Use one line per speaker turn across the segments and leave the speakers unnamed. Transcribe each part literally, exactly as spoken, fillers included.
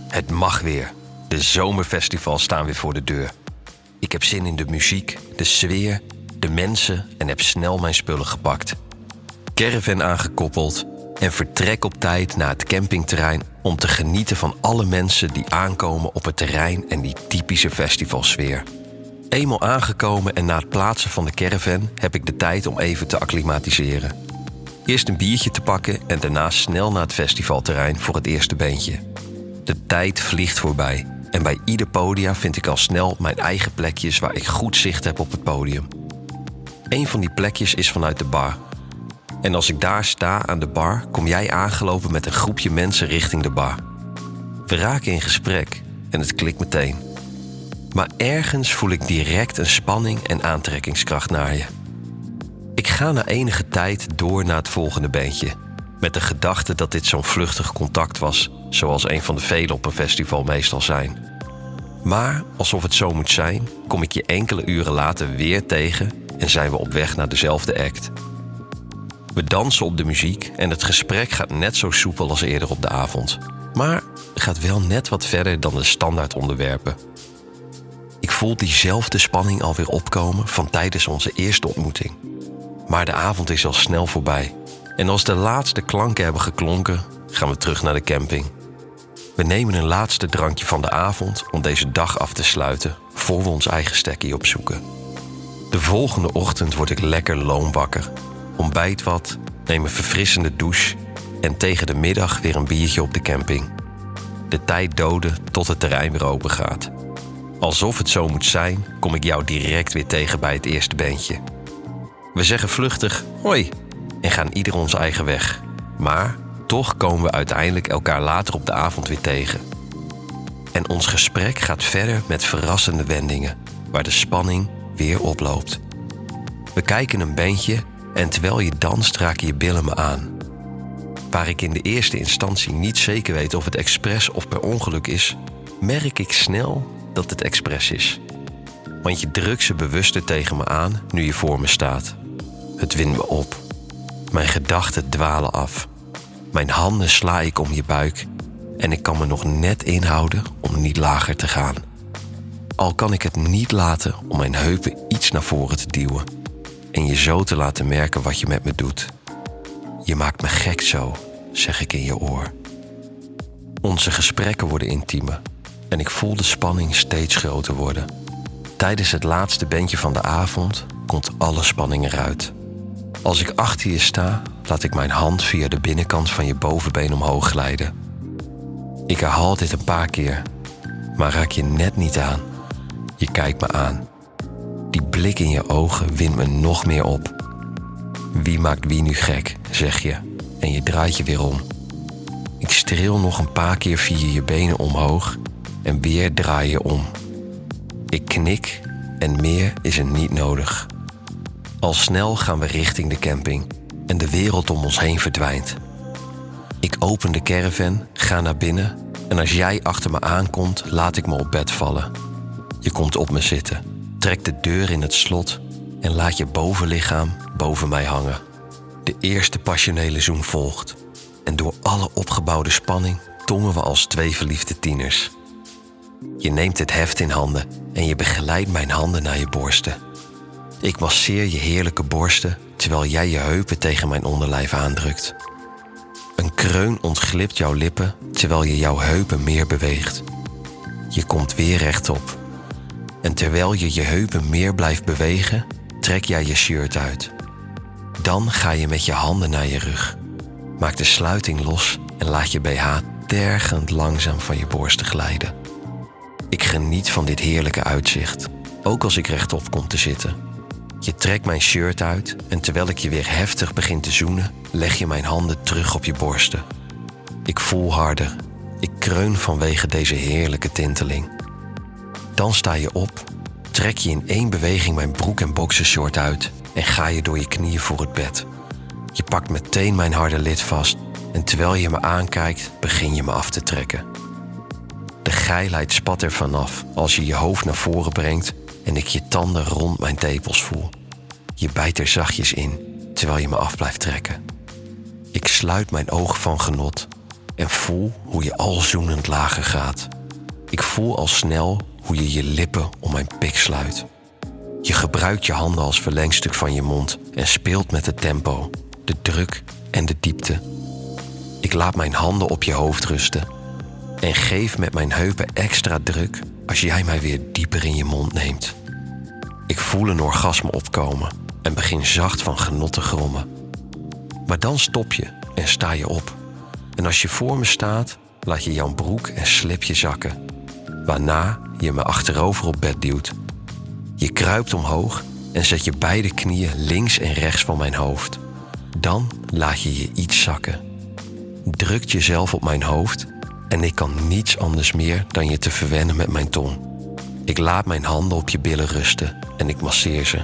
Het mag weer. De zomerfestivals staan weer voor de deur. Ik heb zin in de muziek, de sfeer, de mensen en heb snel mijn spullen gepakt. Caravan aangekoppeld en vertrek op tijd naar het campingterrein om te genieten van alle mensen die aankomen op het terrein en die typische festivalsfeer. Eenmaal aangekomen en na het plaatsen van de caravan heb ik de tijd om even te acclimatiseren. Eerst een biertje te pakken en daarna snel naar het festivalterrein voor het eerste beentje. De tijd vliegt voorbij en bij ieder podium vind ik al snel mijn eigen plekjes waar ik goed zicht heb op het podium. Een van die plekjes is vanuit de bar. En als ik daar sta aan de bar, kom jij aangelopen met een groepje mensen richting de bar. We raken in gesprek en het klikt meteen. Maar ergens voel ik direct een spanning en aantrekkingskracht naar je. Ik ga na enige tijd door naar het volgende beentje, met de gedachte dat dit zo'n vluchtig contact was, zoals een van de velen op een festival meestal zijn. Maar alsof het zo moet zijn, kom ik je enkele uren later weer tegen en zijn we op weg naar dezelfde act. We dansen op de muziek en het gesprek gaat net zo soepel als eerder op de avond, maar gaat wel net wat verder dan de standaard onderwerpen. Ik voel diezelfde spanning alweer opkomen van tijdens onze eerste ontmoeting. Maar de avond is al snel voorbij. En als de laatste klanken hebben geklonken, gaan we terug naar de camping. We nemen een laatste drankje van de avond om deze dag af te sluiten, voor we ons eigen stekkie opzoeken. De volgende ochtend word ik lekker loom wakker. Ontbijt wat, neem een verfrissende douche en tegen de middag weer een biertje op de camping. De tijd doden tot het terrein weer open gaat. Alsof het zo moet zijn, kom ik jou direct weer tegen bij het eerste beentje. We zeggen vluchtig hoi en gaan ieder ons eigen weg. Maar toch komen we uiteindelijk elkaar later op de avond weer tegen. En ons gesprek gaat verder met verrassende wendingen, waar de spanning weer oploopt. We kijken een bandje en terwijl je danst raken je billen me aan. Waar ik in de eerste instantie niet zeker weet of het expres of per ongeluk is, merk ik snel dat het expres is. Want je drukt ze bewuster tegen me aan nu je voor me staat. Het windt me op. Mijn gedachten dwalen af. Mijn handen sla ik om je buik en ik kan me nog net inhouden om niet lager te gaan. Al kan ik het niet laten om mijn heupen iets naar voren te duwen en je zo te laten merken wat je met me doet. Je maakt me gek zo, zeg ik in je oor. Onze gesprekken worden intiemer en ik voel de spanning steeds groter worden. Tijdens het laatste bandje van de avond komt alle spanning eruit. Als ik achter je sta, laat ik mijn hand via de binnenkant van je bovenbeen omhoog glijden. Ik herhaal dit een paar keer, maar raak je net niet aan. Je kijkt me aan. Die blik in je ogen wint me nog meer op. Wie maakt wie nu gek, zeg je, en je draait je weer om. Ik streel nog een paar keer via je benen omhoog en weer draai je om. Ik knik en meer is er niet nodig. Al snel gaan we richting de camping en de wereld om ons heen verdwijnt. Ik open de caravan, ga naar binnen en als jij achter me aankomt, laat ik me op bed vallen. Je komt op me zitten, trekt de deur in het slot en laat je bovenlichaam boven mij hangen. De eerste passionele zoen volgt en door alle opgebouwde spanning tongen we als twee verliefde tieners. Je neemt het heft in handen en je begeleidt mijn handen naar je borsten. Ik masseer je heerlijke borsten terwijl jij je heupen tegen mijn onderlijf aandrukt. Een kreun ontglipt jouw lippen terwijl je jouw heupen meer beweegt. Je komt weer rechtop. En terwijl je je heupen meer blijft bewegen, trek jij je shirt uit. Dan ga je met je handen naar je rug. Maak de sluiting los en laat je B H tergend langzaam van je borsten glijden. Ik geniet van dit heerlijke uitzicht, ook als ik rechtop kom te zitten. Je trekt mijn shirt uit en terwijl ik je weer heftig begin te zoenen, leg je mijn handen terug op je borsten. Ik voel harder. Ik kreun vanwege deze heerlijke tinteling. Dan sta je op, trek je in één beweging mijn broek en boxershort uit en ga je door je knieën voor het bed. Je pakt meteen mijn harde lid vast en terwijl je me aankijkt, begin je me af te trekken. De geilheid spat er vanaf als je je hoofd naar voren brengt en ik je tanden rond mijn tepels voel. Je bijt er zachtjes in, terwijl je me af blijft trekken. Ik sluit mijn ogen van genot en voel hoe je al zoenend lager gaat. Ik voel al snel hoe je je lippen om mijn pik sluit. Je gebruikt je handen als verlengstuk van je mond en speelt met het tempo, de druk en de diepte. Ik laat mijn handen op je hoofd rusten en geef met mijn heupen extra druk als jij mij weer dieper in je mond neemt. Ik voel een orgasme opkomen en begin zacht van genot te grommen. Maar dan stop je en sta je op. En als je voor me staat, laat je jouw broek en slipje zakken, waarna je me achterover op bed duwt. Je kruipt omhoog en zet je beide knieën links en rechts van mijn hoofd. Dan laat je je iets zakken. Drukt jezelf op mijn hoofd en ik kan niets anders meer dan je te verwennen met mijn tong. Ik laat mijn handen op je billen rusten en ik masseer ze.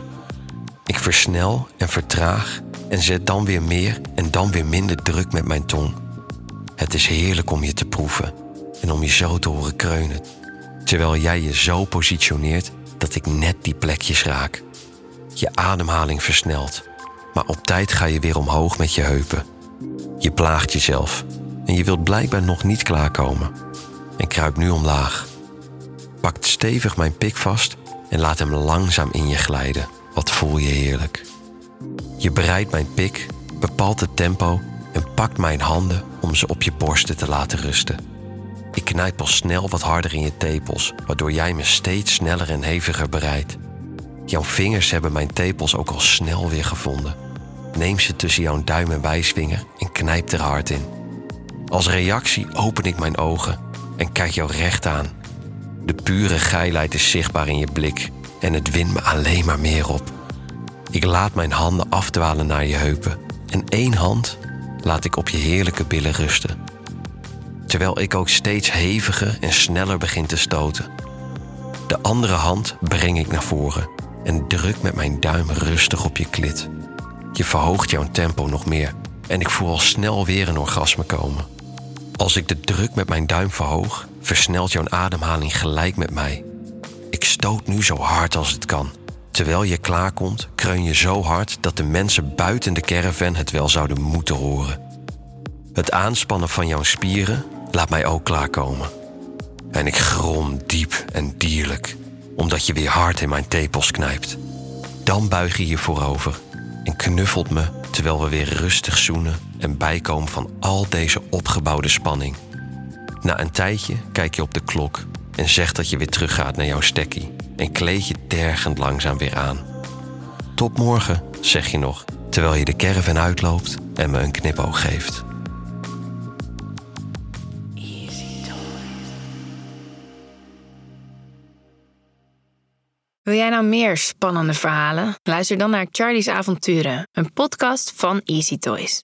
Ik versnel en vertraag en zet dan weer meer en dan weer minder druk met mijn tong. Het is heerlijk om je te proeven en om je zo te horen kreunen, terwijl jij je zo positioneert dat ik net die plekjes raak. Je ademhaling versnelt, maar op tijd ga je weer omhoog met je heupen. Je plaagt jezelf en je wilt blijkbaar nog niet klaarkomen en kruipt nu omlaag. Pakt stevig mijn pik vast en laat hem langzaam in je glijden. Wat voel je heerlijk. Je bereidt mijn pik, bepaalt het tempo en pakt mijn handen om ze op je borsten te laten rusten. Ik knijp al snel wat harder in je tepels, waardoor jij me steeds sneller en heviger bereidt. Jouw vingers hebben mijn tepels ook al snel weer gevonden. Neem ze tussen jouw duim en wijsvinger en knijp er hard in. Als reactie open ik mijn ogen en kijk jou recht aan. De pure geilheid is zichtbaar in je blik en het wint me alleen maar meer op. Ik laat mijn handen afdwalen naar je heupen en één hand laat ik op je heerlijke billen rusten. Terwijl ik ook steeds heviger en sneller begin te stoten. De andere hand breng ik naar voren en druk met mijn duim rustig op je klit. Je verhoogt jouw tempo nog meer en ik voel al snel weer een orgasme komen. Als ik de druk met mijn duim verhoog, versnelt jouw ademhaling gelijk met mij. Ik stoot nu zo hard als het kan. Terwijl je klaarkomt, kreun je zo hard dat de mensen buiten de caravan het wel zouden moeten horen. Het aanspannen van jouw spieren laat mij ook klaarkomen. En ik grom diep en dierlijk, omdat je weer hard in mijn tepels knijpt. Dan buig je je voorover en knuffelt me terwijl we weer rustig zoenen en bijkomen van al deze opgebouwde spanning. Na een tijdje kijk je op de klok en zegt dat je weer teruggaat naar jouw stekkie en kleed je tergend langzaam weer aan. Tot morgen, zeg je nog, terwijl je de caravan uitloopt en me een knipoog geeft.
Wil jij nou meer spannende verhalen? Luister dan naar Charlie's Avonturen, een podcast van Easy Toys.